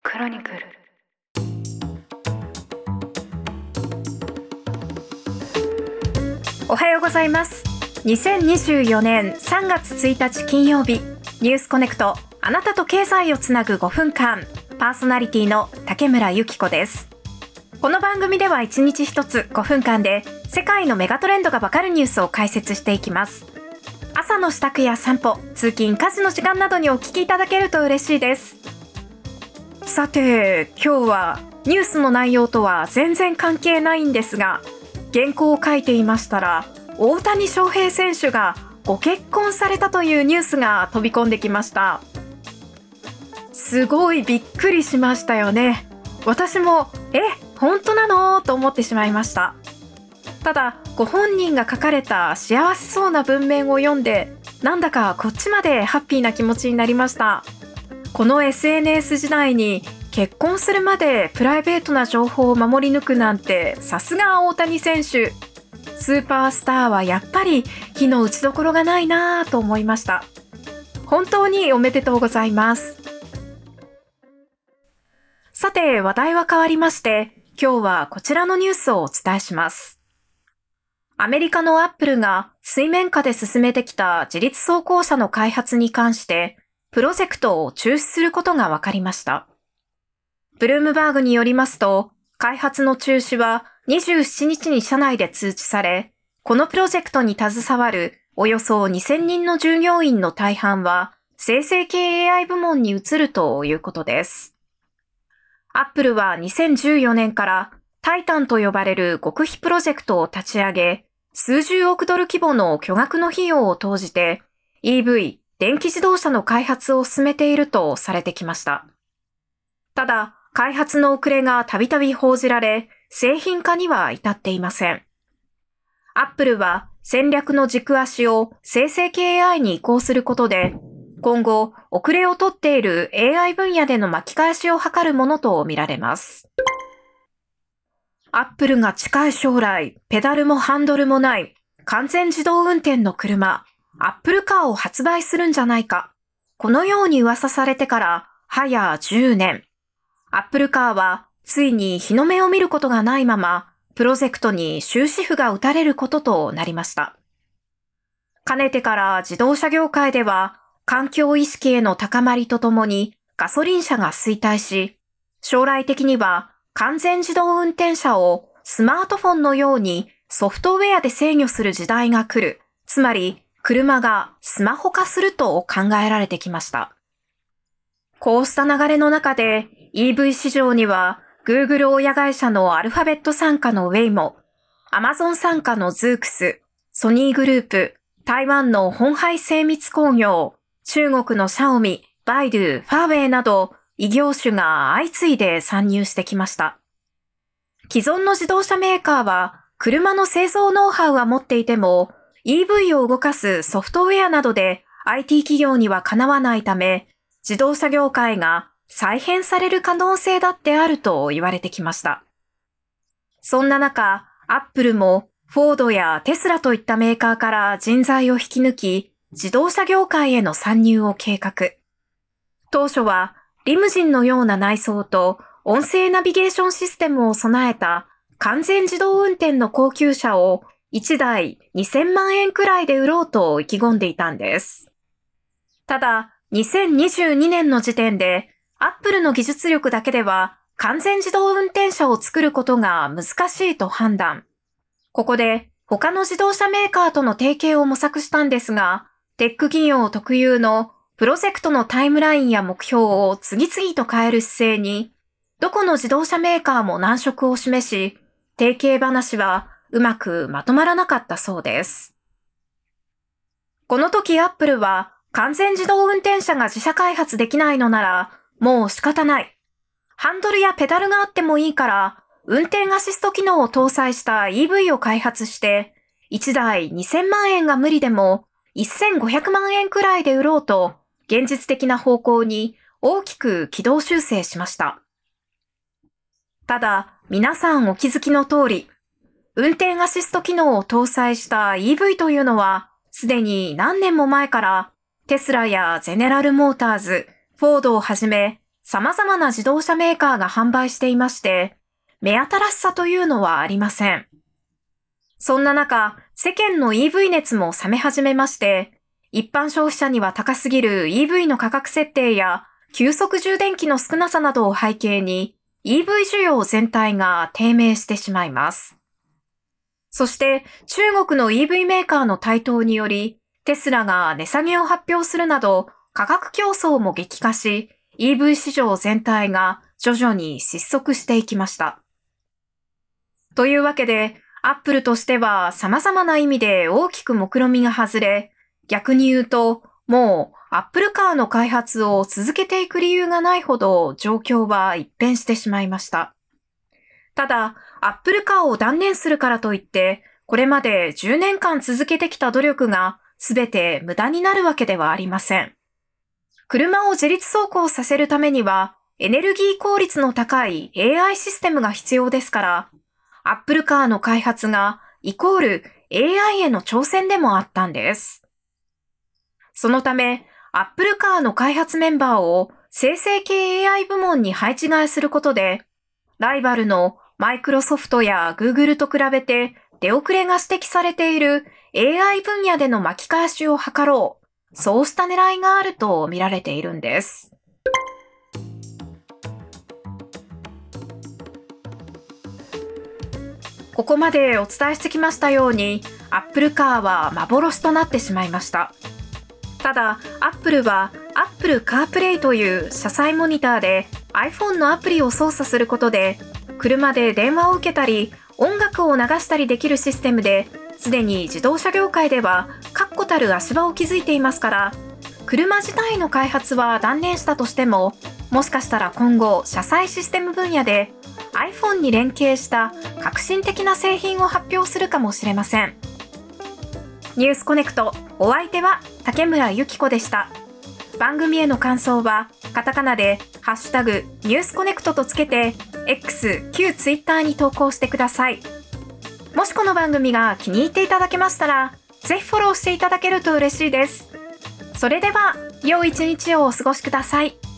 クロニクル。おはようございます。2024年3月1日金曜日、ニュースコネクト、あなたと経済をつなぐ5分間、パーソナリティの竹村由紀子です。この番組では1日1つ5分間で世界のメガトレンドがわかるニュースを解説していきます。朝の支度や散歩、通勤家事の時間などにお聞きいただけると嬉しいです。さて、今日はニュースの内容とは全然関係ないんですが、原稿を書いていましたら、大谷翔平選手がご結婚されたというニュースが飛び込んできました。すごいびっくりしましたよね。私も本当なのと思ってしまいました。ただ、ご本人が書かれた幸せそうな文面を読んで、なんだかこっちまでハッピーな気持ちになりました。この SNS 時代に結婚するまでプライベートな情報を守り抜くなんて、さすが大谷選手。スーパースターはやっぱり火の打ちどころがないなぁと思いました。本当におめでとうございます。さて、話題は変わりまして、今日はこちらのニュースをお伝えします。アメリカのアップルが水面下で進めてきた自律走行車の開発に関して、プロジェクトを中止することが分かりました。ブルームバーグによりますと、開発の中止は27日に社内で通知され、このプロジェクトに携わるおよそ2000人の従業員の大半は生成系 AI 部門に移るということです。アップルは2014年からタイタンと呼ばれる極秘プロジェクトを立ち上げ、数十億ドル規模の巨額の費用を投じて EV、電気自動車の開発を進めているとされてきました。ただ、開発の遅れがたびたび報じられ、製品化には至っていません。アップルは戦略の軸足を生成系 AI に移行することで、今後、遅れをとっている AI 分野での巻き返しを図るものとみられます。アップルが近い将来、ペダルもハンドルもない完全自動運転の車、アップルカーを発売するんじゃないか。このように噂されてから早10年。アップルカーはついに日の目を見ることがないまま、プロジェクトに終止符が打たれることとなりました。かねてから自動車業界では、環境意識への高まりとともにガソリン車が衰退し、将来的には完全自動運転車をスマートフォンのようにソフトウェアで制御する時代が来る。つまり、車がスマホ化すると考えられてきました。こうした流れの中で EV 市場には Google 親会社のアルファベット傘下の Waymo、Amazon 傘下の Zoox、ソニーグループ、台湾の鴻海精密工業、中国のシャオミ、バイドゥ、ファーウェイなど異業種が相次いで参入してきました。既存の自動車メーカーは車の製造ノウハウは持っていても、EV を動かすソフトウェアなどで IT 企業にはかなわないため、自動車業界が再編される可能性だってあると言われてきました。そんな中、アップルもフォードやテスラといったメーカーから人材を引き抜き、自動車業界への参入を計画。当初はリムジンのような内装と音声ナビゲーションシステムを備えた完全自動運転の高級車を1台2000万円くらいで売ろうと意気込んでいたんです。ただ、2022年の時点で、アップルの技術力だけでは完全自動運転車を作ることが難しいと判断。ここで他の自動車メーカーとの提携を模索したんですが、テック企業特有のプロジェクトのタイムラインや目標を次々と変える姿勢に、どこの自動車メーカーも難色を示し、提携話はうまくまとまらなかったそうです。この時アップルは完全自動運転車が自社開発できないのならもう仕方ない。ハンドルやペダルがあってもいいから運転アシスト機能を搭載した EV を開発して1台2000万円が無理でも1500万円くらいで売ろうと現実的な方向に大きく軌道修正しました。ただ皆さんお気づきの通り、運転アシスト機能を搭載した EV というのは、すでに何年も前からテスラやゼネラルモーターズ、フォードをはじめ、 様々な自動車メーカーが販売していまして、目新しさというのはありません。そんな中、世間の EV 熱も冷め始めまして、一般消費者には高すぎる EV の価格設定や急速充電器の少なさなどを背景に EV 需要全体が低迷してしまいます。そして中国の EV メーカーの台頭によりテスラが値下げを発表するなど価格競争も激化し EV 市場全体が徐々に失速していきました。というわけでアップルとしては様々な意味で大きく目論見が外れ、逆に言うともうアップルカーの開発を続けていく理由がないほど状況は一変してしまいました。ただ、アップルカーを断念するからといって、これまで10年間続けてきた努力がすべて無駄になるわけではありません。車を自律走行させるためには、エネルギー効率の高い AI システムが必要ですから、アップルカーの開発がイコール AI への挑戦でもあったんです。そのため、アップルカーの開発メンバーを生成系 AI 部門に配置換えすることで、ライバルのマイクロソフトや Google と比べて出遅れが指摘されている AI 分野での巻き返しを図ろう。そうした狙いがあると見られているんです。ここまでお伝えしてきましたように、アップルカーは幻となってしまいました。ただ、アップルは Apple CarPlay という車載モニターで iPhone のアプリを操作することで、車で電話を受けたり、音楽を流したりできるシステムで、すでに自動車業界では確固たる足場を築いていますから、車自体の開発は断念したとしても、もしかしたら今後、車載システム分野で iPhone に連携した革新的な製品を発表するかもしれません。ニュースコネクト、お相手は竹村ゆき子でした。番組への感想はカタカナでハッシュタグニュースコネクトとつけて X 旧 Twitter に投稿してください。もしこの番組が気に入っていただけましたら、ぜひフォローしていただけると嬉しいです。それでは良い一日をお過ごしください。